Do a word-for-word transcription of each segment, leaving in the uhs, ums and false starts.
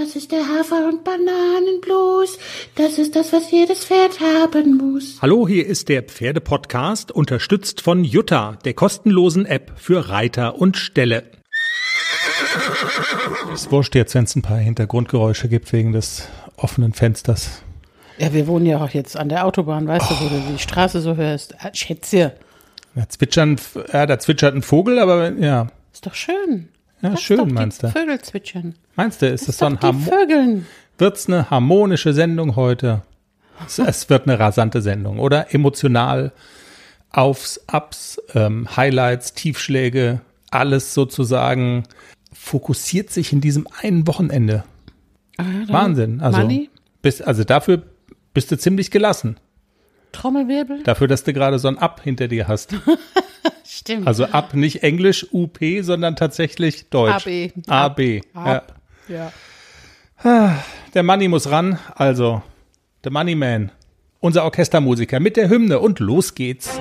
Das ist der Hafer- und Bananenblues. Das ist das, was jedes Pferd haben muss. Hallo, hier ist der Pferdepodcast, unterstützt von Jutta, der kostenlosen App für Reiter und Ställe. Ist wurscht jetzt, wenn es ein paar Hintergrundgeräusche gibt wegen des offenen Fensters. Ja, wir wohnen ja auch jetzt an der Autobahn, weißt oh. du, wo du die Straße so hörst. Schätze. Da zwitschern, ja, da zwitschert ein Vogel, aber ja. Ist doch schön. Ja, Lass schön, doch meinst du? Vögel zwitschern. Meinst du, ist Lass das so ein Harmo- Wird's eine harmonische Sendung heute? Es, es wird eine rasante Sendung, oder? Emotional, Aufs, Ups, ähm, Highlights, Tiefschläge, alles sozusagen fokussiert sich in diesem einen Wochenende. Ah, ja, Wahnsinn. Also, Money? bist, also dafür bist du ziemlich gelassen. Trommelwirbel? Dafür, dass du gerade so ein Up hinter dir hast. Stimmt. Also Up, nicht Englisch, U P, sondern tatsächlich Deutsch. A B. A B. Ab. Ja. Ja. Der Money muss ran, also der Money Man, unser Orchestermusiker mit der Hymne und los geht's.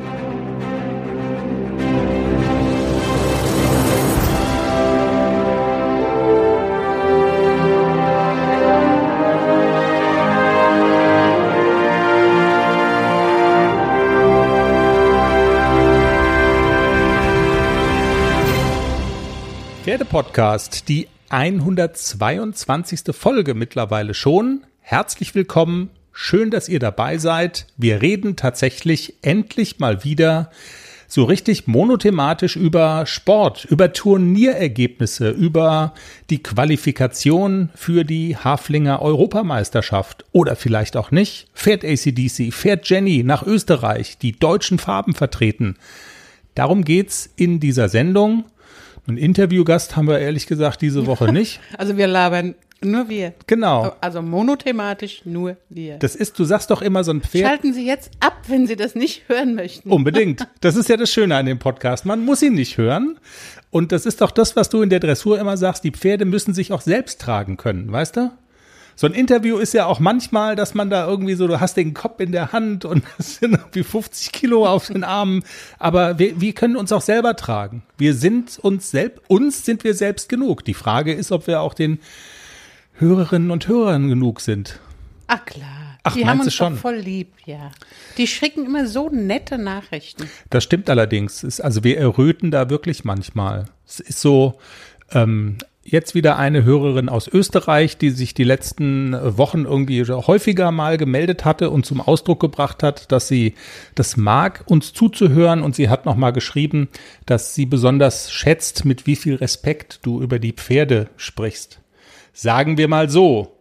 Pferdepodcast, die hundertzweiundzwanzigste Folge mittlerweile schon. Herzlich willkommen, schön, dass ihr dabei seid. Wir reden tatsächlich endlich mal wieder so richtig monothematisch über Sport, über Turnierergebnisse, über die Qualifikation für die Haflinger Europameisterschaft oder vielleicht auch nicht. Fährt A C D C, fährt Jenny nach Österreich, die deutschen Farben vertreten. Darum geht's in dieser Sendung. Ein Interviewgast haben wir ehrlich gesagt diese Woche nicht. Also wir labern nur wir. Genau. Also monothematisch nur wir. Das ist, du sagst doch immer so ein Pferd. Schalten Sie jetzt ab, wenn Sie das nicht hören möchten. Unbedingt. Das ist ja das Schöne an dem Podcast. Man muss ihn nicht hören. Und das ist doch das, was du in der Dressur immer sagst. Die Pferde müssen sich auch selbst tragen können, weißt du? So ein Interview ist ja auch manchmal, dass man da irgendwie so, du hast den Kopf in der Hand und es sind irgendwie fünfzig Kilo auf den Armen. Aber wir, wir können uns auch selber tragen. Wir sind uns selbst, uns sind wir selbst genug. Die Frage ist, ob wir auch den Hörerinnen und Hörern genug sind. Ach klar. Ach, die haben uns schon? doch voll lieb, ja. Die schicken immer so nette Nachrichten. Das stimmt allerdings. Es, also wir erröten da wirklich manchmal. Es ist so, ähm, jetzt wieder eine Hörerin aus Österreich, die sich die letzten Wochen irgendwie häufiger mal gemeldet hatte und zum Ausdruck gebracht hat, dass sie das mag, uns zuzuhören. Und sie hat nochmal geschrieben, dass sie besonders schätzt, mit wie viel Respekt du über die Pferde sprichst. Sagen wir mal so,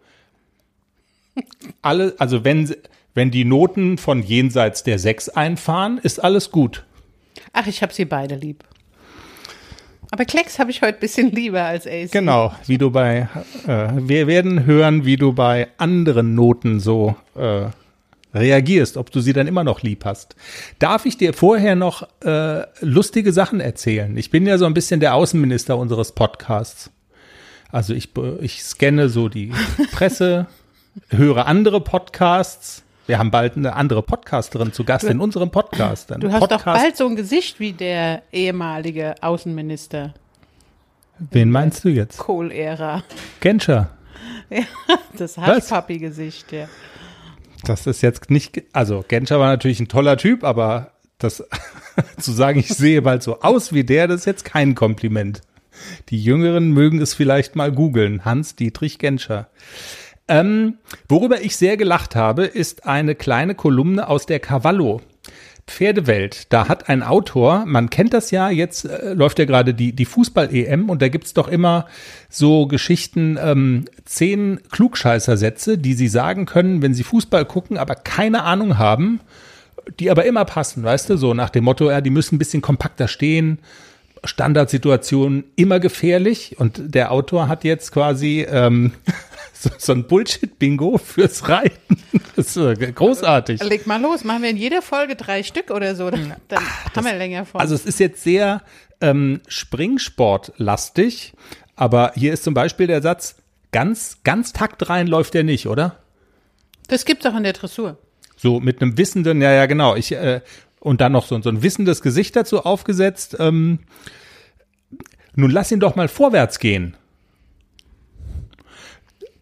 alle, also wenn, wenn die Noten von jenseits der sechs einfahren, ist alles gut. Ach, ich habe sie beide lieb. Aber Klecks habe ich heute ein bisschen lieber als A C. Genau, wie du bei, äh, wir werden hören, wie du bei anderen Noten so äh, reagierst, ob du sie dann immer noch lieb hast. Darf ich dir vorher noch äh, lustige Sachen erzählen? Ich bin ja so ein bisschen der Außenminister unseres Podcasts. Also ich, ich scanne so die Presse, höre andere Podcasts. Wir haben bald eine andere Podcasterin zu Gast du, in unserem Podcast. Du hast Podcast. Doch bald so ein Gesicht wie der ehemalige Außenminister. Wen meinst du jetzt? Kohl-Ära. Genscher. Ja, das Haschpapi-Gesicht, ja. Das ist jetzt nicht, also Genscher war natürlich ein toller Typ, aber das zu sagen, ich sehe bald so aus wie der, das ist jetzt kein Kompliment. Die Jüngeren mögen es vielleicht mal googeln. Hans-Dietrich Genscher. Ähm, worüber ich sehr gelacht habe, ist eine kleine Kolumne aus der Cavallo Pferdewelt. Da hat ein Autor, man kennt das ja, jetzt äh, läuft ja gerade die, die Fußball-E M und da gibt's doch immer so Geschichten, ähm, zehn Klugscheißersätze, die sie sagen können, wenn sie Fußball gucken, aber keine Ahnung haben, die aber immer passen, weißt du, so nach dem Motto, ja, die müssen ein bisschen kompakter stehen, Standardsituationen immer gefährlich und der Autor hat jetzt quasi ähm, so, so ein Bullshit-Bingo fürs Reiten. Das ist äh, großartig. Leg mal los, machen wir in jeder Folge drei Stück oder so, dann, dann Ach, haben wir länger vor. Also es ist jetzt sehr ähm, Springsport-lastig, aber hier ist zum Beispiel der Satz, ganz, ganz taktrein läuft der nicht, oder? Das gibt's auch in der Dressur. So mit einem wissenden, ja, ja, genau, ich äh, und dann noch so, so ein wissendes Gesicht dazu aufgesetzt. Ähm, nun lass ihn doch mal vorwärts gehen.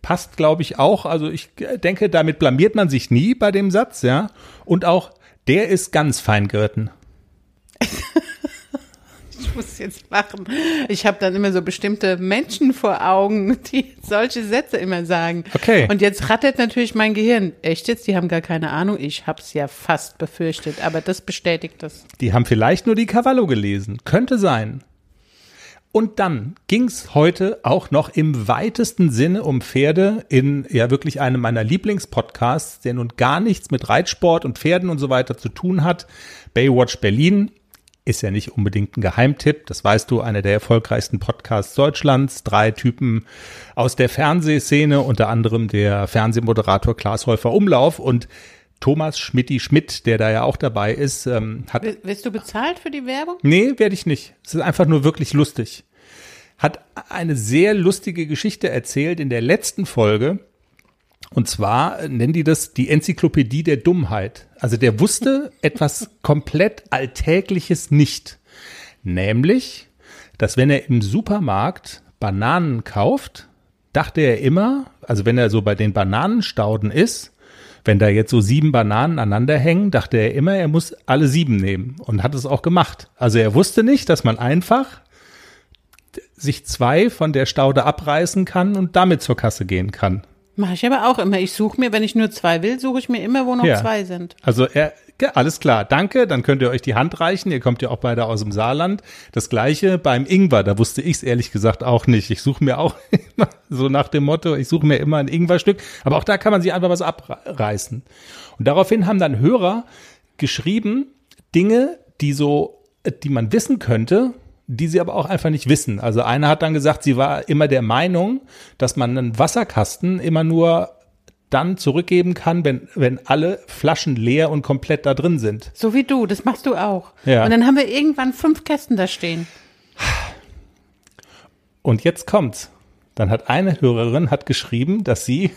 passt, glaube ich, auch. Also ich denke, damit blamiert man sich nie bei dem Satz, ja. Und auch, der ist ganz fein geritten. Ich muss jetzt lachen. Ich habe dann immer so bestimmte Menschen vor Augen, die solche Sätze immer sagen. Okay. Und jetzt rattert natürlich mein Gehirn. Echt jetzt? Die haben gar keine Ahnung. Ich habe es ja fast befürchtet, aber das bestätigt das. Die haben vielleicht nur die Cavallo gelesen. Könnte sein. Und dann ging's heute auch noch im weitesten Sinne um Pferde in ja wirklich einem meiner Lieblingspodcasts, der nun gar nichts mit Reitsport und Pferden und so weiter zu tun hat. Baywatch Berlin. Ist ja nicht unbedingt ein Geheimtipp, das weißt du, einer der erfolgreichsten Podcasts Deutschlands. Drei Typen aus der Fernsehszene, unter anderem der Fernsehmoderator Klaas Häufer Umlauf und Thomas Schmitti-Schmidt, der da ja auch dabei ist. Ähm, hat Wirst du bezahlt für die Werbung? Nee, werde ich nicht. Es ist einfach nur wirklich lustig. Hat eine sehr lustige Geschichte erzählt in der letzten Folge. Und zwar nennen die das die Enzyklopädie der Dummheit. Also der wusste etwas komplett Alltägliches nicht. Nämlich, dass wenn er im Supermarkt Bananen kauft, dachte er immer, also wenn er so bei den Bananenstauden ist, wenn da jetzt so sieben Bananen aneinander hängen, dachte er immer, er muss alle sieben nehmen und hat es auch gemacht. Also er wusste nicht, dass man einfach sich zwei von der Staude abreißen kann und damit zur Kasse gehen kann. Mache ich aber auch immer. Ich suche mir, wenn ich nur zwei will, suche ich mir immer, wo noch Ja. zwei sind. Also er, ja, alles klar, danke, dann könnt ihr euch die Hand reichen, ihr kommt ja auch beide aus dem Saarland. Das Gleiche beim Ingwer, da wusste ich es ehrlich gesagt auch nicht. Ich suche mir auch immer, so nach dem Motto, ich suche mir immer ein Ingwerstück, aber auch da kann man sich einfach was abreißen. Und daraufhin haben dann Hörer geschrieben, Dinge, die so, die man wissen könnte, die sie aber auch einfach nicht wissen. Also eine hat dann gesagt, sie war immer der Meinung, dass man einen Wasserkasten immer nur dann zurückgeben kann, wenn, wenn alle Flaschen leer und komplett da drin sind. So wie du, das machst du auch. Ja. Und dann haben wir irgendwann fünf Kästen da stehen. Und jetzt kommt's. Dann hat eine Hörerin hat geschrieben, dass sie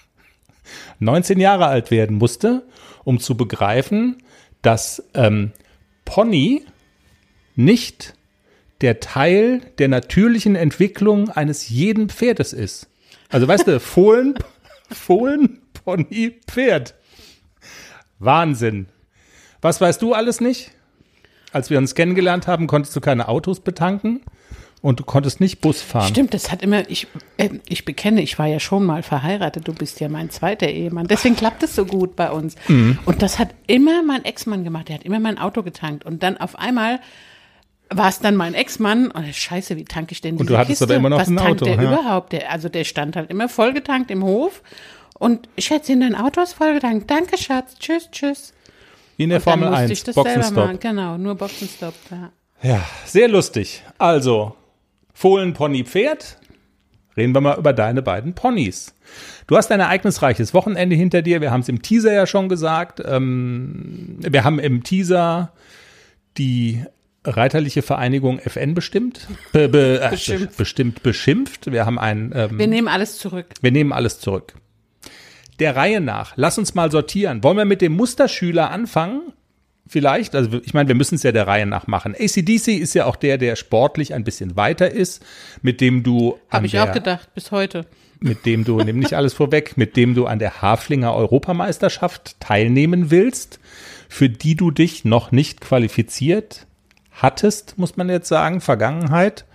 neunzehn Jahre alt werden musste, um zu begreifen, dass ähm, Pony nicht der Teil der natürlichen Entwicklung eines jeden Pferdes ist. Also weißt du, Fohlen, Fohlen, Pony, Pferd. Wahnsinn. Was weißt du alles nicht? Als wir uns kennengelernt haben, konntest du keine Autos betanken und du konntest nicht Bus fahren. Stimmt, das hat immer, ich, äh, ich bekenne, ich war ja schon mal verheiratet, du bist ja mein zweiter Ehemann, deswegen klappt es so gut bei uns. Mhm. Und das hat immer mein Ex-Mann gemacht, der hat immer mein Auto getankt und dann auf einmal war es dann mein Ex-Mann und scheiße, wie tanke ich denn diese Und du hattest Kiste? aber immer noch Was ein tankt Auto, der ja. überhaupt? Der, also der stand halt immer vollgetankt im Hof und Schätzchen, dein Auto ist vollgetankt. Danke, Schatz. Tschüss, tschüss. Wie in der Und dann Formel musste eins, ich das selber Boxenstopp. machen. Genau, nur Boxenstopp. Ja. Ja, sehr lustig. Also, Fohlen, Pony, Pferd. Reden wir mal über deine beiden Ponys. Du hast ein ereignisreiches Wochenende hinter dir. Wir haben es im Teaser ja schon gesagt. Ähm, wir haben im Teaser die Reiterliche Vereinigung F N bestimmt, be, be, äh, Beschimpft. bestimmt beschimpft. Wir haben ein, ähm, Wir nehmen alles zurück. wir nehmen alles zurück. Der Reihe nach, lass uns mal sortieren. Wollen wir mit dem Musterschüler anfangen? Vielleicht, also ich meine, wir müssen es ja der Reihe nach machen. A C D C ist ja auch der, der sportlich ein bisschen weiter ist, mit dem du an Habe ich der, auch gedacht, bis heute. mit dem du, nimm nicht alles vorweg, mit dem du an der Haflinger Europameisterschaft teilnehmen willst, für die du dich noch nicht qualifiziert hattest, muss man jetzt sagen, Vergangenheit.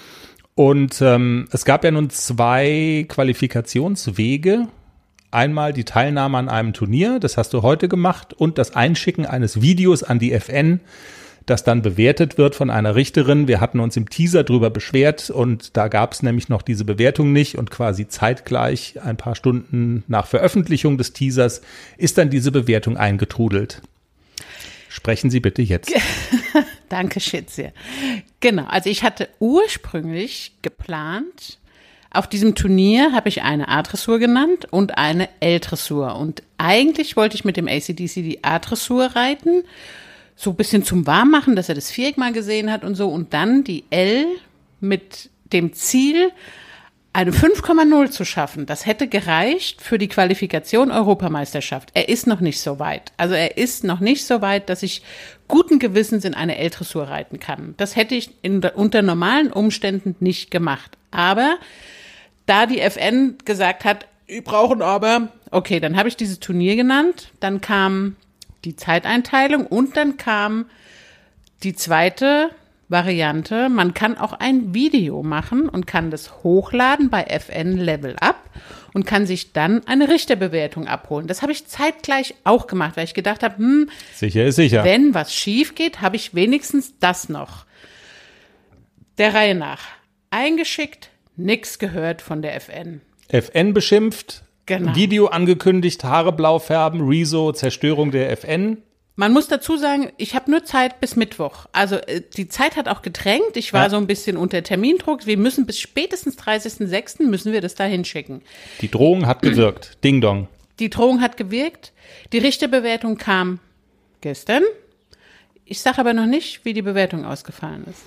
Und ähm, es gab ja nun zwei Qualifikationswege. Einmal die Teilnahme an einem Turnier, das hast du heute gemacht, und das Einschicken eines Videos an die F N, das dann bewertet wird von einer Richterin. Wir hatten uns im Teaser drüber beschwert und da gab es nämlich noch diese Bewertung nicht und quasi zeitgleich, ein paar Stunden nach Veröffentlichung des Teasers, ist dann diese Bewertung eingetrudelt. Sprechen Sie bitte jetzt. Danke, Schätze. Genau, also ich hatte ursprünglich geplant, auf diesem Turnier habe ich eine A-Dressur genannt und eine L-Dressur. Und eigentlich wollte ich mit dem A C D C die A-Dressur reiten, so ein bisschen zum Warmmachen, dass er das Viereck mal gesehen hat und so. Und dann die L mit dem Ziel, eine fünf Komma null zu schaffen. Das hätte gereicht für die Qualifikation Europameisterschaft. Er ist noch nicht so weit. Also er ist noch nicht so weit, dass ich guten Gewissens in eine L-Dressur reiten kann. Das hätte ich in, unter normalen Umständen nicht gemacht. Aber da die F N gesagt hat, die brauchen aber. Okay, dann habe ich dieses Turnier genannt. Dann kam die Zeiteinteilung und dann kam die zweite Variante. Man kann auch ein Video machen und kann das hochladen bei F N Level Up und kann sich dann eine Richterbewertung abholen. Das habe ich zeitgleich auch gemacht, weil ich gedacht habe, hm, sicher ist sicher. Wenn was schief geht, habe ich wenigstens das noch. Der Reihe nach. Eingeschickt, nix gehört von der F N. F N beschimpft, Genau. Video angekündigt, Haare blau färben, Rezo, Zerstörung der F N. Man muss dazu sagen, ich habe nur Zeit bis Mittwoch. Also äh, die Zeit hat auch gedrängt. Ich war Ja. so ein bisschen unter Termindruck. Wir müssen bis spätestens dreißigsten sechsten müssen wir das da hinschicken. Die Drohung hat gewirkt. Ding dong. Die Drohung hat gewirkt. Die Richterbewertung kam gestern. Ich sage aber noch nicht, wie die Bewertung ausgefallen ist.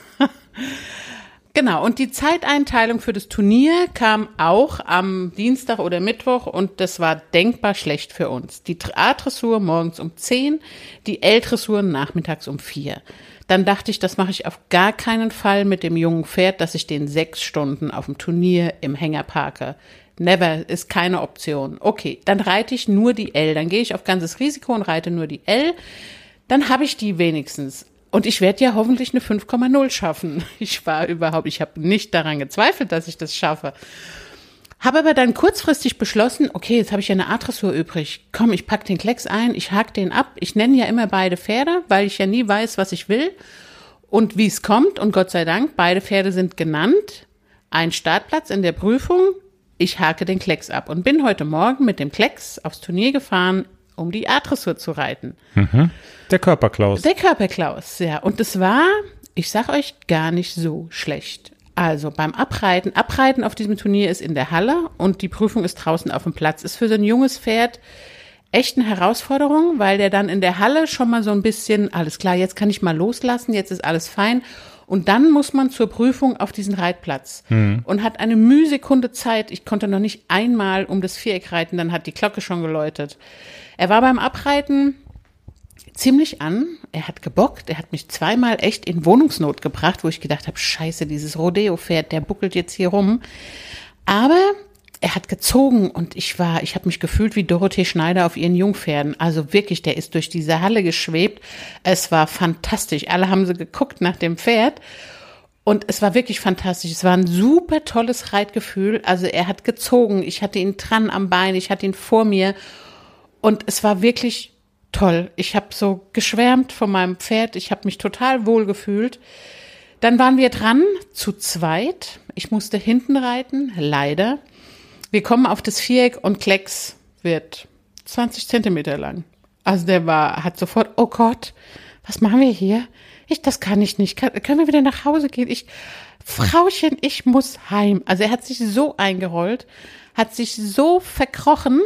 Genau, und die Zeiteinteilung für das Turnier kam auch am Dienstag oder Mittwoch und das war denkbar schlecht für uns. Die A-Dressur morgens um zehn, die L-Dressur nachmittags um vier. Dann dachte ich, das mache ich auf gar keinen Fall mit dem jungen Pferd, dass ich den sechs Stunden auf dem Turnier im Hänger parke. Never, ist keine Option. Okay, dann reite ich nur die L. Dann gehe ich auf ganzes Risiko und reite nur die L. Dann habe ich die wenigstens. Und ich werde ja hoffentlich eine fünf Komma null schaffen. Ich war überhaupt, ich habe nicht daran gezweifelt, dass ich das schaffe. Habe aber dann kurzfristig beschlossen, okay, jetzt habe ich ja eine A-Dressur übrig. Komm, ich pack den Klecks ein, ich hake den ab. Ich nenne ja immer beide Pferde, weil ich ja nie weiß, was ich will und wie es kommt. Und Gott sei Dank, beide Pferde sind genannt. Ein Startplatz in der Prüfung. Ich hake den Klecks ab und bin heute Morgen mit dem Klecks aufs Turnier gefahren, um die A-Dressur zu reiten. Mhm. Der Körperklaus. Der Körperklaus, ja. Und es war, ich sag euch, gar nicht so schlecht. Also beim Abreiten, Abreiten auf diesem Turnier ist in der Halle und die Prüfung ist draußen auf dem Platz. Ist für so ein junges Pferd echt eine Herausforderung, weil der dann in der Halle schon mal so ein bisschen, alles klar, jetzt kann ich mal loslassen, jetzt ist alles fein. Und dann muss man zur Prüfung auf diesen Reitplatz mhm. und hat eine Mühsekunde Zeit. Ich konnte noch nicht einmal um das Viereck reiten, dann hat die Glocke schon geläutet. Er war beim Abreiten ziemlich an. Er hat gebockt. Er hat mich zweimal echt in Wohnungsnot gebracht, wo ich gedacht habe, scheiße, dieses Rodeo-Pferd, der buckelt jetzt hier rum. Aber er hat gezogen und ich war, ich habe mich gefühlt wie Dorothee Schneider auf ihren Jungpferden. Also wirklich, der ist durch diese Halle geschwebt. Es war fantastisch. Alle haben so geguckt nach dem Pferd. Und es war wirklich fantastisch. Es war ein super tolles Reitgefühl. Also er hat gezogen. Ich hatte ihn dran am Bein. Ich hatte ihn vor mir. Und es war wirklich toll. Ich habe so geschwärmt von meinem Pferd. Ich habe mich total wohl gefühlt. Dann waren wir dran, zu zweit. Ich musste hinten reiten, leider. Wir kommen auf das Viereck und Klecks wird zwanzig Zentimeter lang. Also der war, hat sofort, oh Gott, was machen wir hier? Ich, das kann ich nicht. Kann, können wir wieder nach Hause gehen? Ich, Frauchen, ich muss heim. Also er hat sich so eingerollt, hat sich so verkrochen.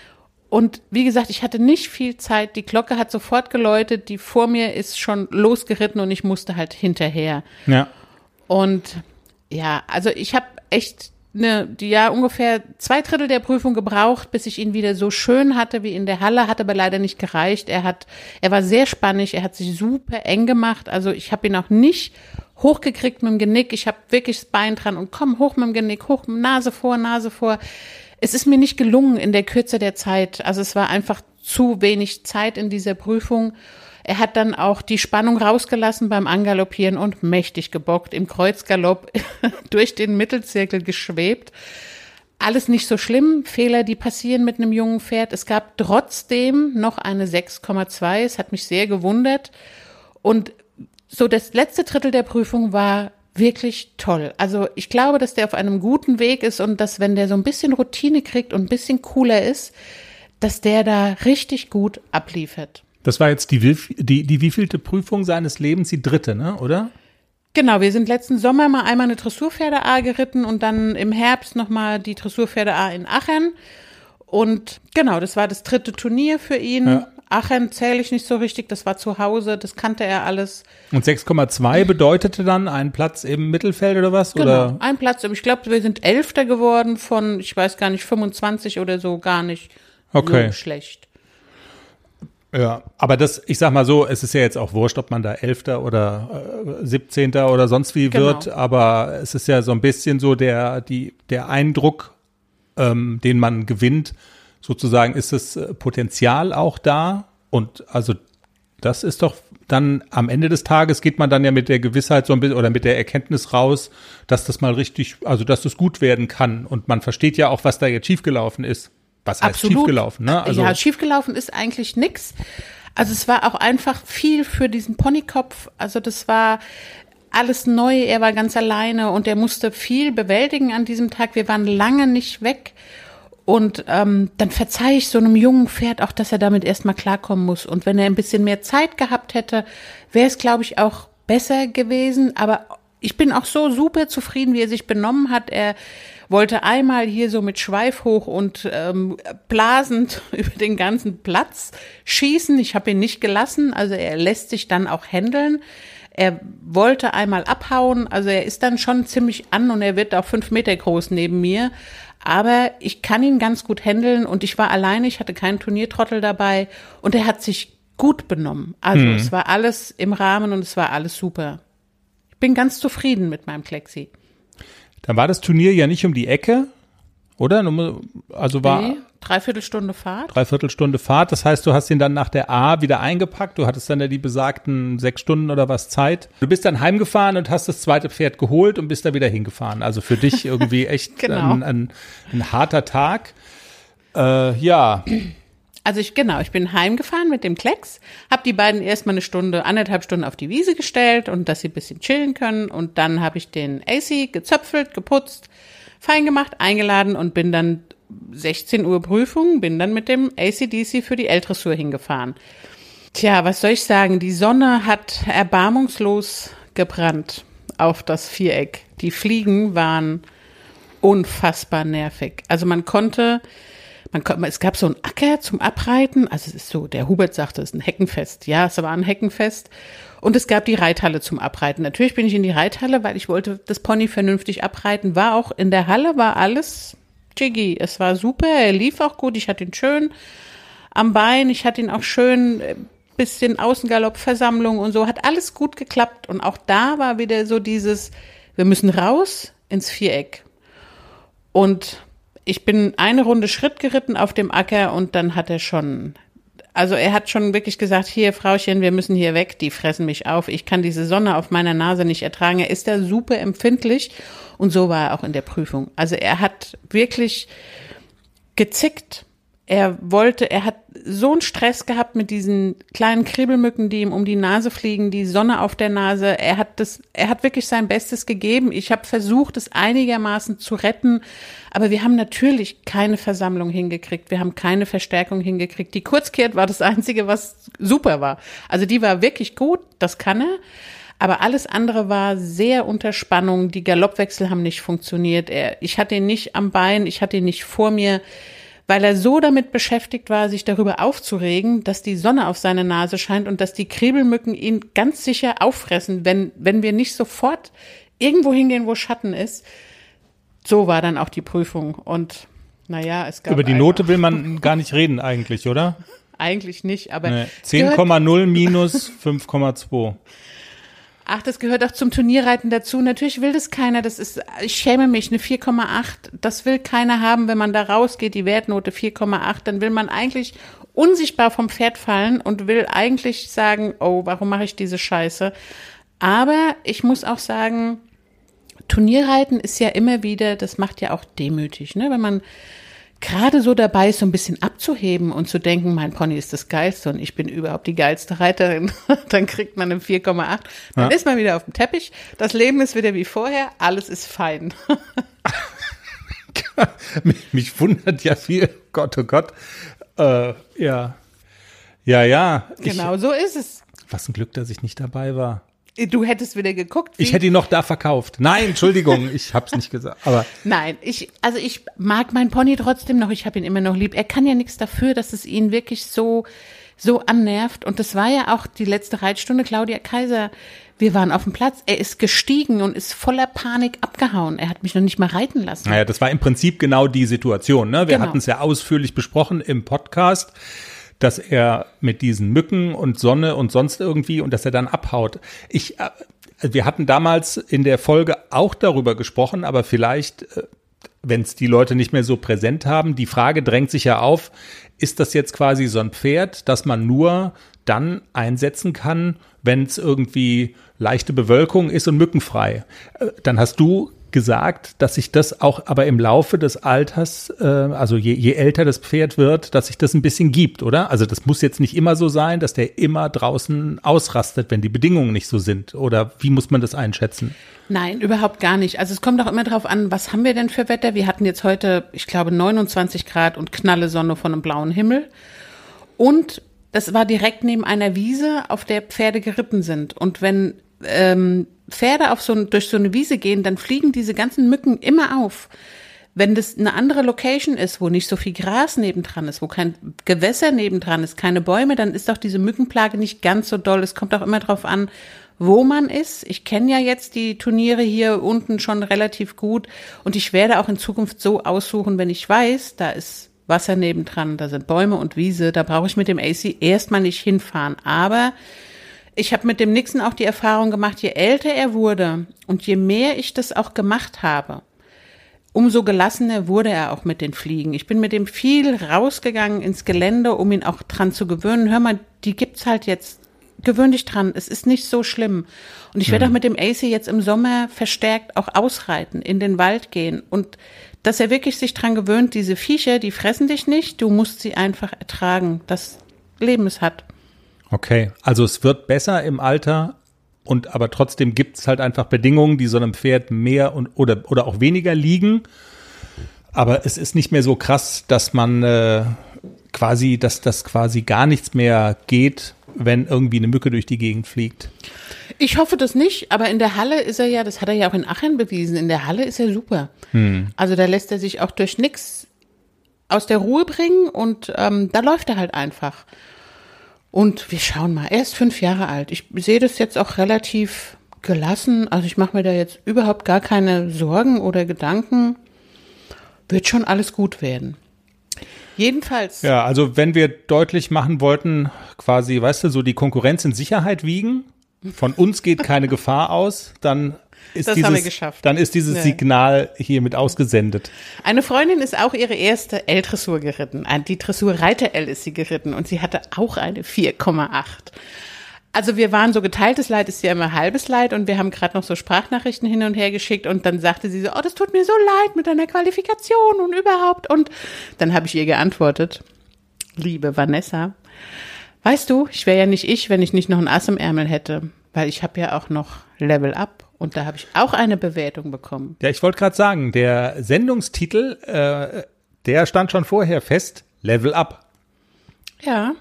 Und wie gesagt, ich hatte nicht viel Zeit. Die Glocke hat sofort geläutet. Die vor mir ist schon losgeritten und ich musste halt hinterher. Ja. Und ja, also ich habe echt eine, die ja ungefähr zwei Drittel der Prüfung gebraucht, bis ich ihn wieder so schön hatte wie in der Halle, hat aber leider nicht gereicht. Er hat, er war sehr spannig, er hat sich super eng gemacht. Also ich habe ihn auch nicht hochgekriegt mit dem Genick. Ich habe wirklich das Bein dran und komm hoch mit dem Genick, hoch, Nase vor, Nase vor. Es ist mir nicht gelungen in der Kürze der Zeit. Also es war einfach zu wenig Zeit in dieser Prüfung. Er hat dann auch die Spannung rausgelassen beim Angaloppieren und mächtig gebockt, im Kreuzgalopp durch den Mittelzirkel geschwebt. Alles nicht so schlimm, Fehler, die passieren mit einem jungen Pferd. Es gab trotzdem noch eine sechs Komma zwei, es hat mich sehr gewundert. Und so das letzte Drittel der Prüfung war wirklich toll. Also ich glaube, dass der auf einem guten Weg ist und dass, wenn der so ein bisschen Routine kriegt und ein bisschen cooler ist, dass der da richtig gut abliefert. Das war jetzt die, die, die wievielte Prüfung seines Lebens? Die dritte, ne, oder? Genau, wir sind letzten Sommer mal einmal eine Dressurpferde-A geritten und dann im Herbst nochmal die Dressurpferde-A in Aachen. Und genau, das war das dritte Turnier für ihn. Ja. Aachen zähle ich nicht so richtig, das war zu Hause, das kannte er alles. Und sechs Komma zwei bedeutete dann ein Platz im Mittelfeld oder was? Genau, oder? Ein Platz. Ich glaube, wir sind Elfter geworden von, ich weiß gar nicht, fünfundzwanzig oder so, gar nicht okay. so schlecht. Ja, aber das, ich sag mal so, es ist ja jetzt auch wurscht, ob man da Elfter oder äh, Siebzehnter oder sonst wie genau. wird, aber es ist ja so ein bisschen so der, die, der Eindruck ähm, den man gewinnt, sozusagen ist das Potenzial auch da. Und also das ist doch dann am Ende des Tages geht man dann ja mit der Gewissheit so ein bisschen oder mit der Erkenntnis raus, dass das mal richtig, also dass das gut werden kann. Und man versteht ja auch, was da jetzt schiefgelaufen ist. Was heißt Absolut. schiefgelaufen? Ne? Also, ja, schiefgelaufen ist eigentlich nix. Also es war auch einfach viel für diesen Ponykopf. Also das war alles neu. Er war ganz alleine und er musste viel bewältigen an diesem Tag. Wir waren lange nicht weg. Und ähm, dann verzeihe ich so einem jungen Pferd auch, dass er damit erstmal klarkommen muss. Und wenn er ein bisschen mehr Zeit gehabt hätte, wäre es, glaube ich, auch besser gewesen. Aber ich bin auch so super zufrieden, wie er sich benommen hat. Er wollte einmal hier so mit Schweif hoch und ähm, blasend über den ganzen Platz schießen. Ich habe ihn nicht gelassen. Also er lässt sich dann auch händeln. Er wollte einmal abhauen. Also er ist dann schon ziemlich an und er wird auch fünf Meter groß neben mir. Aber ich kann ihn ganz gut handeln und ich war alleine, ich hatte keinen Turniertrottel dabei und er hat sich gut benommen. Also mhm. es war alles im Rahmen und es war alles super. Ich bin ganz zufrieden mit meinem Klexi. Dann war das Turnier ja nicht um die Ecke, oder? Also war nee, Dreiviertelstunde Fahrt. Dreiviertelstunde Fahrt, das heißt, du hast ihn dann nach der A wieder eingepackt, du hattest dann ja die besagten sechs Stunden oder was Zeit. Du bist dann heimgefahren und hast das zweite Pferd geholt und bist da wieder hingefahren. Also für dich irgendwie echt genau. ein, ein, ein harter Tag. Äh, ja. Also ich, genau, ich bin heimgefahren mit dem Klecks, habe die beiden erstmal eine Stunde, anderthalb Stunden auf die Wiese gestellt und dass sie ein bisschen chillen können und dann habe ich den A C gezöpfelt, geputzt, fein gemacht, eingeladen und bin dann sechzehn Uhr Prüfung, bin dann mit dem A C D C für die L-Dressur hingefahren. Tja, was soll ich sagen, die Sonne hat erbarmungslos gebrannt auf das Viereck. Die Fliegen waren unfassbar nervig. Also man konnte, man konnte, es gab so einen Acker zum Abreiten, also es ist so, der Hubert sagte, es ist ein Heckenfest. Ja, es war ein Heckenfest. Und es gab die Reithalle zum Abreiten. Natürlich bin ich in die Reithalle, weil ich wollte das Pony vernünftig abreiten. War auch in der Halle, war alles jiggy. Es war super, er lief auch gut. Ich hatte ihn schön am Bein. Ich hatte ihn auch schön, bisschen Außengaloppversammlung und so. Hat alles gut geklappt. Und auch da war wieder so dieses, wir müssen raus ins Viereck. Und ich bin eine Runde Schritt geritten auf dem Acker und dann hat er schon... Also er hat schon wirklich gesagt, hier Frauchen, wir müssen hier weg, die fressen mich auf, ich kann diese Sonne auf meiner Nase nicht ertragen. Er ist da super empfindlich und so war er auch in der Prüfung. Also er hat wirklich gezickt, er wollte, er hat so einen Stress gehabt mit diesen kleinen Kribbelmücken, die ihm um die Nase fliegen, die Sonne auf der Nase. Er hat das, er hat wirklich sein Bestes gegeben. Ich habe versucht, es einigermaßen zu retten, aber wir haben natürlich keine Versammlung hingekriegt. Wir haben keine Verstärkung hingekriegt. Die Kurzkehrt war das Einzige, was super war. Also die war wirklich gut, das kann er. Aber alles andere war sehr unter Spannung. Die Galoppwechsel haben nicht funktioniert. Er, ich hatte ihn nicht am Bein, ich hatte ihn nicht vor mir, weil er so damit beschäftigt war, sich darüber aufzuregen, dass die Sonne auf seine Nase scheint und dass die Kribbelmücken ihn ganz sicher auffressen, wenn, wenn wir nicht sofort irgendwo hingehen, wo Schatten ist. So war dann auch die Prüfung. Und naja, es gab. Über die Note will man gar nicht reden eigentlich, oder? Eigentlich nicht, aber. Nee. zehn Komma null minus fünf Komma zwei. Ach, das gehört auch zum Turnierreiten dazu. Natürlich will das keiner. Das ist, ich schäme mich, eine vier Komma acht. Das will keiner haben, wenn man da rausgeht, die Wertnote vier Komma acht. Dann will man eigentlich unsichtbar vom Pferd fallen und will eigentlich sagen, oh, warum mache ich diese Scheiße? Aber ich muss auch sagen, Turnierreiten ist ja immer wieder, das macht ja auch demütig, ne? Wenn man gerade so dabei ist, so ein bisschen abzuheben und zu denken, mein Pony ist das Geilste und ich bin überhaupt die geilste Reiterin, dann kriegt man eine vier Komma acht. Dann ja. ist man wieder auf dem Teppich, das Leben ist wieder wie vorher, alles ist fein. mich, mich wundert ja viel, Gott, oh Gott. Äh, ja, ja, ja. Genau ich, so ist es. Was ein Glück, dass ich nicht dabei war. Du hättest wieder geguckt. Ich hätte ihn noch da verkauft. Nein, Entschuldigung, ich hab's nicht gesagt. Aber nein, ich also ich mag meinen Pony trotzdem noch. Ich habe ihn immer noch lieb. Er kann ja nichts dafür, dass es ihn wirklich so so annervt. Und das war ja auch die letzte Reitstunde. Claudia Kaiser, wir waren auf dem Platz. Er ist gestiegen und ist voller Panik abgehauen. Er hat mich noch nicht mal reiten lassen. Naja, das war im Prinzip genau die Situation. Ne? Wir genau. hatten es ja ausführlich besprochen im Podcast, dass er mit diesen Mücken und Sonne und sonst irgendwie und dass er dann abhaut. Ich, wir hatten damals in der Folge auch darüber gesprochen, aber vielleicht wenn es die Leute nicht mehr so präsent haben. Die Frage drängt sich ja auf, ist das jetzt quasi so ein Pferd, das man nur dann einsetzen kann, wenn es irgendwie leichte Bewölkung ist und mückenfrei? Dann hast du gesagt, dass sich das auch aber im Laufe des Alters, äh, also je, je älter das Pferd wird, dass sich das ein bisschen gibt, oder? Also das muss jetzt nicht immer so sein, dass der immer draußen ausrastet, wenn die Bedingungen nicht so sind. Oder wie muss man das einschätzen? Nein, überhaupt gar nicht. Also es kommt auch immer drauf an, was haben wir denn für Wetter? Wir hatten jetzt heute, ich glaube, neunundzwanzig Grad und knalle Sonne von einem blauen Himmel. Und das war direkt neben einer Wiese, auf der Pferde geritten sind. Und wenn ähm, Pferde auf so ein, durch so eine Wiese gehen, dann fliegen diese ganzen Mücken immer auf. Wenn das eine andere Location ist, wo nicht so viel Gras nebendran ist, wo kein Gewässer nebendran ist, keine Bäume, dann ist auch diese Mückenplage nicht ganz so doll. Es kommt auch immer drauf an, wo man ist. Ich kenne ja jetzt die Turniere hier unten schon relativ gut und ich werde auch in Zukunft so aussuchen, wenn ich weiß, da ist Wasser nebendran, da sind Bäume und Wiese, da brauche ich mit dem A C erstmal nicht hinfahren. Aber ich habe mit dem Nixon auch die Erfahrung gemacht, je älter er wurde und je mehr ich das auch gemacht habe, umso gelassener wurde er auch mit den Fliegen. Ich bin mit dem viel rausgegangen ins Gelände, um ihn auch dran zu gewöhnen. Hör mal, die gibt's halt jetzt. Gewöhn dich dran, es ist nicht so schlimm. Und ich werde auch mit dem A C jetzt im Sommer verstärkt auch ausreiten, in den Wald gehen. Und dass er wirklich sich dran gewöhnt, diese Viecher, die fressen dich nicht, du musst sie einfach ertragen, das Leben es hat. Okay, also es wird besser im Alter und aber trotzdem gibt es halt einfach Bedingungen, die so einem Pferd mehr und oder oder auch weniger liegen. Aber es ist nicht mehr so krass, dass man äh, quasi, dass das quasi gar nichts mehr geht, wenn irgendwie eine Mücke durch die Gegend fliegt. Ich hoffe das nicht, aber in der Halle ist er ja, das hat er ja auch in Aachen bewiesen, in der Halle ist er super. Hm. Also da lässt er sich auch durch nichts aus der Ruhe bringen und ähm, da läuft er halt einfach. Und wir schauen mal, er ist fünf Jahre alt. Ich sehe das jetzt auch relativ gelassen, also ich mache mir da jetzt überhaupt gar keine Sorgen oder Gedanken. Wird schon alles gut werden. Jedenfalls. Ja, also wenn wir deutlich machen wollten, quasi, weißt du, so die Konkurrenz in Sicherheit wiegen, von uns geht keine Gefahr aus, dann ist das dieses, haben wir geschafft. Dann ist dieses Nee. Signal hiermit ausgesendet. Eine Freundin ist auch ihre erste L-Dressur geritten. Die Dressur Reiter L ist sie geritten und sie hatte auch eine vier Komma acht. Also wir waren so, geteiltes Leid ist ja immer halbes Leid und wir haben gerade noch so Sprachnachrichten hin und her geschickt und dann sagte sie so, oh, das tut mir so leid mit deiner Qualifikation und überhaupt. Und dann habe ich ihr geantwortet, liebe Vanessa, weißt du, ich wäre ja nicht ich, wenn ich nicht noch ein Ass im Ärmel hätte, weil ich habe ja auch noch Level Up und da habe ich auch eine Bewertung bekommen. Ja, ich wollte gerade sagen, der Sendungstitel, äh, der stand schon vorher fest, Level Up. Ja.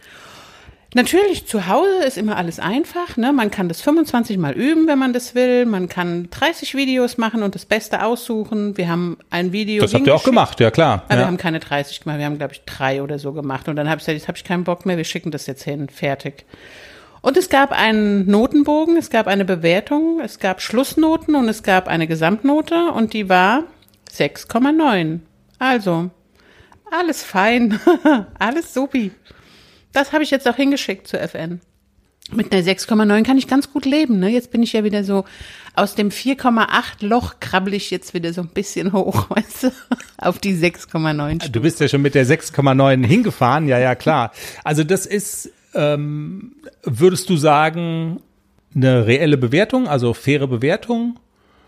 Natürlich, zu Hause ist immer alles einfach, ne? Man kann das fünfundzwanzig Mal üben, wenn man das will. Man kann dreißig Videos machen und das Beste aussuchen. Wir haben ein Video. Das habt ihr auch gemacht, ja klar. Aber ja. wir haben keine dreißig gemacht, wir haben, glaube ich, drei oder so gemacht. Und dann habe ich gesagt, jetzt habe ich keinen Bock mehr, wir schicken das jetzt hin, fertig. Und es gab einen Notenbogen, es gab eine Bewertung, es gab Schlussnoten und es gab eine Gesamtnote und die war sechs Komma neun. Also, alles fein, alles supi. Das habe ich jetzt auch hingeschickt zur F N. Mit einer sechs Komma neun kann ich ganz gut leben. Ne? Jetzt bin ich ja wieder so, aus dem vier Komma acht Loch krabbel ich jetzt wieder so ein bisschen hoch, weißt du, auf die sechs Komma neun. Du bist ja schon mit der sechs Komma neun hingefahren, ja, ja, klar. Also das ist, ähm, würdest du sagen, eine reelle Bewertung, also faire Bewertung?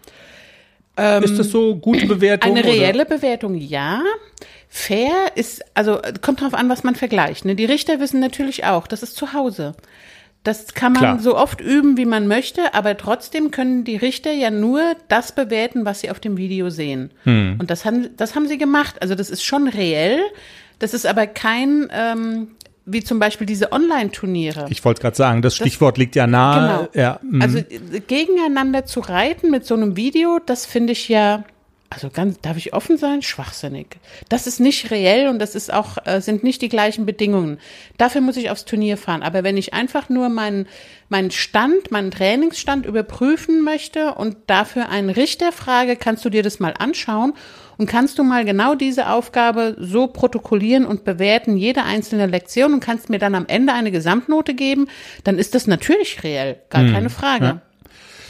Ähm, ist das so, gute Bewertung? Eine reelle oder? Bewertung, ja. Fair ist, also kommt drauf an, was man vergleicht. Ne? Die Richter wissen natürlich auch, das ist zu Hause. Das kann man Klar. so oft üben, wie man möchte, aber trotzdem können die Richter ja nur das bewerten, was sie auf dem Video sehen. Hm. Und das haben, das haben sie gemacht. Also das ist schon reell. Das ist aber kein, ähm, wie zum Beispiel diese Online-Turniere. Ich wollte gerade sagen, das Stichwort das, liegt ja nahe. Genau. Ja, also gegeneinander zu reiten mit so einem Video, das finde ich ja, also ganz, darf ich offen sein? Schwachsinnig. Das ist nicht reell und das ist auch, äh, sind nicht die gleichen Bedingungen. Dafür muss ich aufs Turnier fahren. Aber wenn ich einfach nur meinen, meinen Stand, meinen Trainingsstand überprüfen möchte und dafür einen Richter frage, kannst du dir das mal anschauen und kannst du mal genau diese Aufgabe so protokollieren und bewerten, jede einzelne Lektion und kannst mir dann am Ende eine Gesamtnote geben, dann ist das natürlich reell. Gar hm, keine Frage. Ja.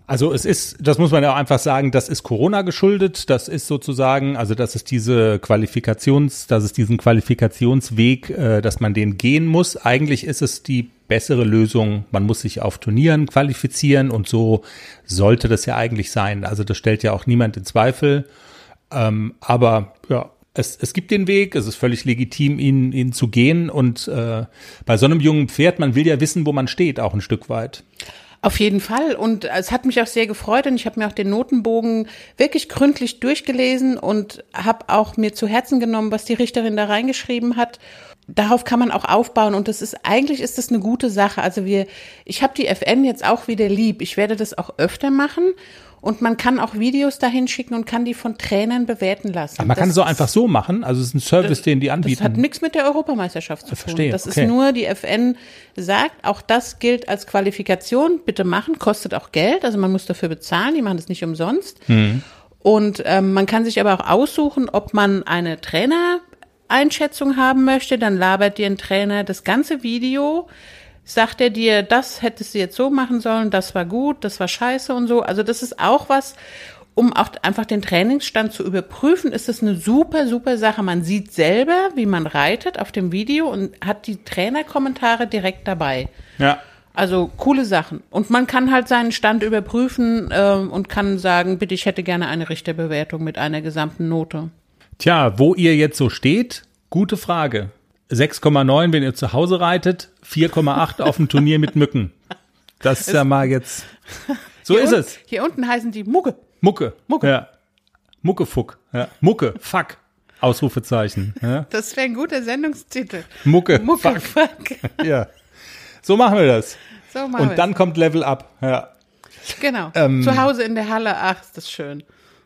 Also es ist, das muss man ja auch einfach sagen, das ist Corona geschuldet. Das ist sozusagen, also das ist diese Qualifikations, das ist diesen Qualifikationsweg, äh, dass man den gehen muss. Eigentlich ist es die bessere Lösung. Man muss sich auf Turnieren qualifizieren und so sollte das ja eigentlich sein. Also das stellt ja auch niemand in Zweifel. Ähm, aber ja, es, es gibt den Weg. Es ist völlig legitim, ihn, ihn zu gehen. Und äh, bei so einem jungen Pferd, man will ja wissen, wo man steht, auch ein Stück weit. Auf jeden Fall. Und es hat mich auch sehr gefreut und ich habe mir auch den Notenbogen wirklich gründlich durchgelesen und habe auch mir zu Herzen genommen, was die Richterin da reingeschrieben hat. Darauf kann man auch aufbauen und das ist, eigentlich ist das eine gute Sache. Also wir, ich habe die F N jetzt auch wieder lieb. Ich werde das auch öfter machen. Und man kann auch Videos dahin schicken und kann die von Trainern bewerten lassen. Aber man das kann es so einfach so machen. Also es ist ein Service, das, den die anbieten. Das hat nichts mit der Europameisterschaft zu ich verstehe. tun. Das okay. ist nur, die F N sagt, auch das gilt als Qualifikation. Bitte machen, kostet auch Geld. Also man muss dafür bezahlen. Die machen das nicht umsonst. Hm. Und ähm, man kann sich aber auch aussuchen, ob man eine Trainereinschätzung haben möchte. Dann labert dir ein Trainer das ganze Video. Sagt er dir, das hättest du jetzt so machen sollen, das war gut, das war scheiße und so. Also das ist auch was, um auch einfach den Trainingsstand zu überprüfen, ist das eine super, super Sache. Man sieht selber, wie man reitet auf dem Video und hat die Trainerkommentare direkt dabei. Ja. Also coole Sachen. Und man kann halt seinen Stand überprüfen ähm, und kann sagen, bitte, ich hätte gerne eine Richterbewertung mit einer gesamten Note. Tja, wo ihr jetzt so steht, gute Frage. sechs Komma neun, wenn ihr zu Hause reitet, vier Komma acht auf dem Turnier mit Mücken. Das ist ja mal jetzt, so hier ist un- es. Hier unten heißen die Mucke. Mucke. Mucke. Ja. Muckefuck. Ja. Mucke, fuck. Ausrufezeichen. Ja. Das wäre ein guter Sendungstitel. Mucke, Mucke, fuck. fuck. Ja. So machen wir das. So machen Und dann wir's. kommt Level Up. Ja. Genau. Ähm, Zu Hause in der Halle, ach, ist das schön.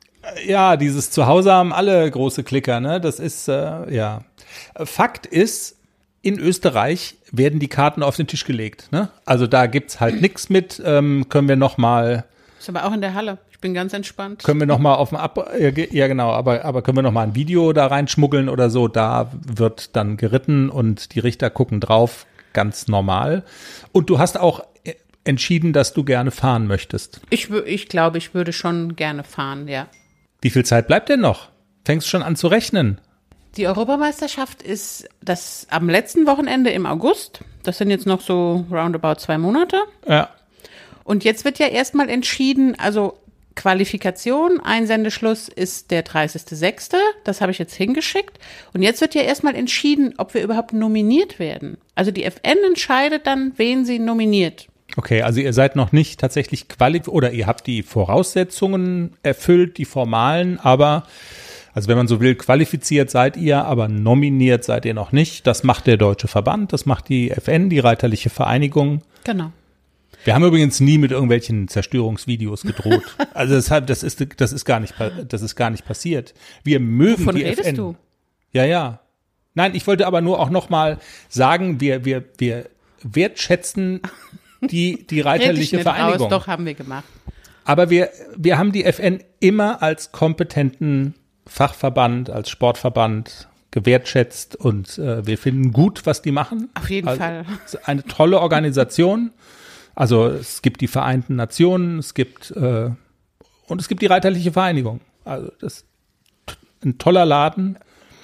Ja, dieses Zuhause haben alle große Klicker, ne? Das ist, äh, ja. Fakt ist, in Österreich werden die Karten auf den Tisch gelegt, ne? Also da gibt's halt nichts mit, ähm, können wir noch mal, Ist aber auch in der Halle. Ich bin ganz entspannt. können wir noch mal auf dem Ab, ja ge- ja genau, aber, aber können wir noch mal ein Video da reinschmuggeln oder so? Da wird dann geritten und die Richter gucken drauf, ganz normal. Und du hast auch entschieden, dass du gerne fahren möchtest. Ich, wü- ich glaube, ich würde schon gerne fahren, ja. Wie viel Zeit bleibt denn noch? Fängst schon an zu rechnen? Die Europameisterschaft ist das am letzten Wochenende im August. Das sind jetzt noch so roundabout zwei Monate. Ja. Und jetzt wird ja erstmal entschieden, also Qualifikation, Einsendeschluss ist der dreißigster sechster Das habe ich jetzt hingeschickt. Und jetzt wird ja erstmal entschieden, ob wir überhaupt nominiert werden. Also die F N entscheidet dann, wen sie nominiert. Okay, also ihr seid noch nicht tatsächlich qualifiziert oder ihr habt die Voraussetzungen erfüllt, die formalen, aber also wenn man so will, qualifiziert seid ihr, aber nominiert seid ihr noch nicht. Das macht der Deutsche Verband, das macht die F N, die Reiterliche Vereinigung. Genau. Wir haben übrigens nie mit irgendwelchen Zerstörungsvideos gedroht. Also deshalb, das ist, das ist gar nicht, das ist gar nicht passiert. Wir mögen Wovon die redest F N. du? Ja, ja. Nein, ich wollte aber nur auch noch mal sagen, wir, wir, wir wertschätzen die, die Red ich Reiterliche nicht Vereinigung. raus, doch, haben wir gemacht. Aber wir, wir haben die F N immer als kompetenten Fachverband, als Sportverband gewertschätzt und äh, wir finden gut, was die machen. Auf jeden also, Fall. Es ist eine tolle Organisation. Also es gibt die Vereinten Nationen, es gibt äh, und es gibt die Reiterliche Vereinigung. Also das ist ein toller Laden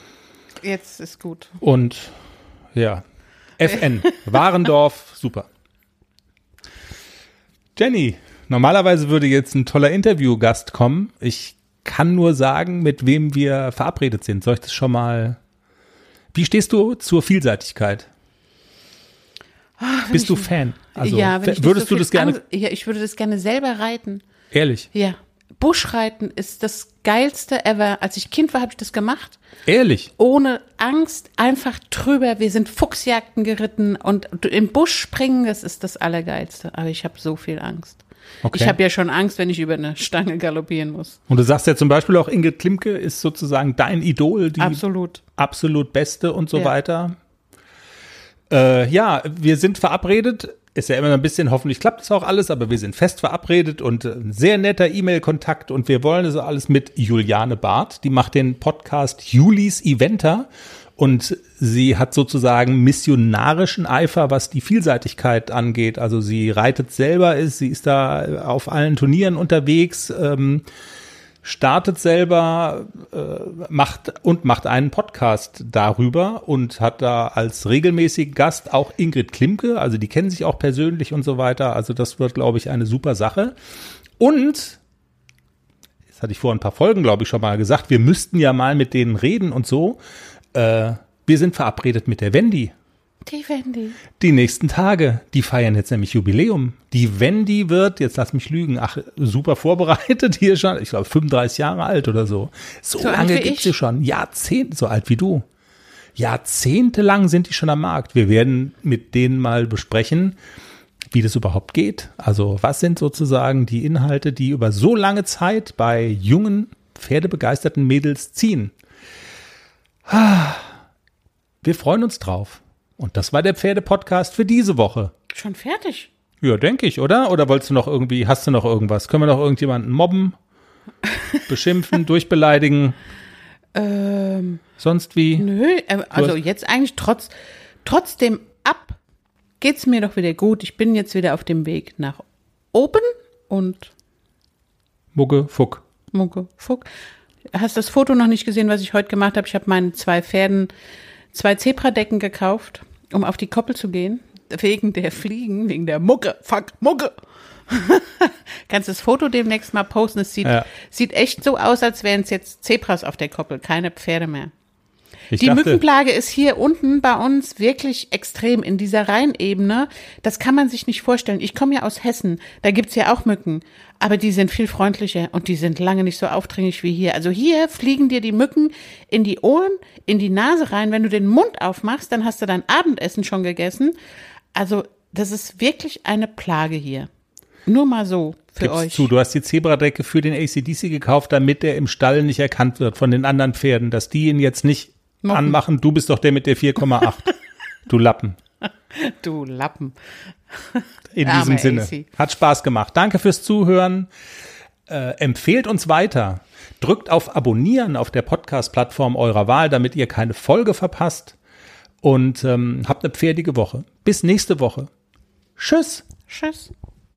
Jetzt ist gut. und ja, F N, Warendorf, super. Jenny, normalerweise würde jetzt ein toller Interviewgast kommen. Ich kann nur sagen, mit wem wir verabredet sind. Soll ich das schon mal? Wie stehst du zur Vielseitigkeit? Bist du Fan? Also ja, wenn ich nicht würdest so du viel das gerne? Angst, ja, ich würde das gerne selber reiten. Ehrlich? Ja. Buschreiten ist das geilste ever. Als ich Kind war, habe ich das gemacht. Ehrlich? Ohne Angst, einfach drüber. Wir sind Fuchsjagden geritten und im Busch springen, das ist das Allergeilste. Aber ich habe so viel Angst. Okay. Ich habe ja schon Angst, wenn ich über eine Stange galoppieren muss. Und du sagst ja zum Beispiel auch, Ingrid Klimke ist sozusagen dein Idol, die Absolut. absolut Beste und so Ja. weiter. Äh, ja, wir sind verabredet. ist ja immer ein bisschen, hoffentlich klappt das auch alles, aber wir sind fest verabredet und ein sehr netter E-Mail-Kontakt und wir wollen das alles mit Juliane Barth, die macht den Podcast Julis Eventer und sie hat sozusagen missionarischen Eifer, was die Vielseitigkeit angeht. Also sie reitet selber, ist, sie ist da auf allen Turnieren unterwegs, ähm, startet selber äh, macht und macht einen Podcast darüber und hat da als regelmäßigen Gast auch Ingrid Klimke, also die kennen sich auch persönlich und so weiter, also das wird, glaube ich, eine super Sache. Und, das hatte ich vor ein paar Folgen, glaube ich, schon mal gesagt, wir müssten ja mal mit denen reden und so, äh, wir sind verabredet mit der Wendy. Die Wendy. Die nächsten Tage, die feiern jetzt nämlich Jubiläum. Die Wendy wird, jetzt lass mich lügen, ach, super vorbereitet hier schon, ich glaube fünfunddreißig Jahre alt oder so. So, so lange gibt sie schon, Jahrzehnte, so alt wie du. Jahrzehntelang sind die schon am Markt. Wir werden mit denen mal besprechen, wie das überhaupt geht. Also was sind sozusagen die Inhalte, die über so lange Zeit bei jungen, pferdebegeisterten Mädels ziehen. Wir freuen uns drauf. Und das war der Pferde-Podcast für diese Woche. Schon fertig? Ja, denke ich, oder? Oder wolltest du noch irgendwie, hast du noch irgendwas? Können wir noch irgendjemanden mobben, beschimpfen, durchbeleidigen? Ähm, Sonst wie? Nö, äh, also jetzt eigentlich trotz, trotzdem ab geht's mir doch wieder gut. Ich bin jetzt wieder auf dem Weg nach oben und Mugge, Fuck. Mugge, Fuck. Hast das Foto noch nicht gesehen, was ich heute gemacht habe? Ich habe meinen zwei Pferden zwei Zebradecken gekauft, um auf die Koppel zu gehen, wegen der Fliegen, wegen der Mucke, fuck, Mucke. Kannst das Foto demnächst mal posten, es sieht, ja. sieht echt so aus, als wären es jetzt Zebras auf der Koppel, keine Pferde mehr. Ich die dachte, Mückenplage ist hier unten bei uns wirklich extrem in dieser Rheinebene. Das kann man sich nicht vorstellen. Ich komme ja aus Hessen, da gibt's ja auch Mücken, aber die sind viel freundlicher und die sind lange nicht so aufdringlich wie hier. Also hier fliegen dir die Mücken in die Ohren, in die Nase rein. Wenn du den Mund aufmachst, dann hast du dein Abendessen schon gegessen. Also das ist wirklich eine Plage hier. Nur mal so für Gib's euch. Zu, du hast die Zebradecke für den A C D C gekauft, damit der im Stall nicht erkannt wird von den anderen Pferden, dass die ihn jetzt nicht Mocken. Anmachen. Du bist doch der mit der vier Komma acht. Du Lappen. Du Lappen. In diesem Sinne. A C. Hat Spaß gemacht. Danke fürs Zuhören. Äh, empfehlt uns weiter. Drückt auf Abonnieren auf der Podcast-Plattform eurer Wahl, damit ihr keine Folge verpasst. Und ähm, habt eine pferdige Woche. Bis nächste Woche. Tschüss. Tschüss.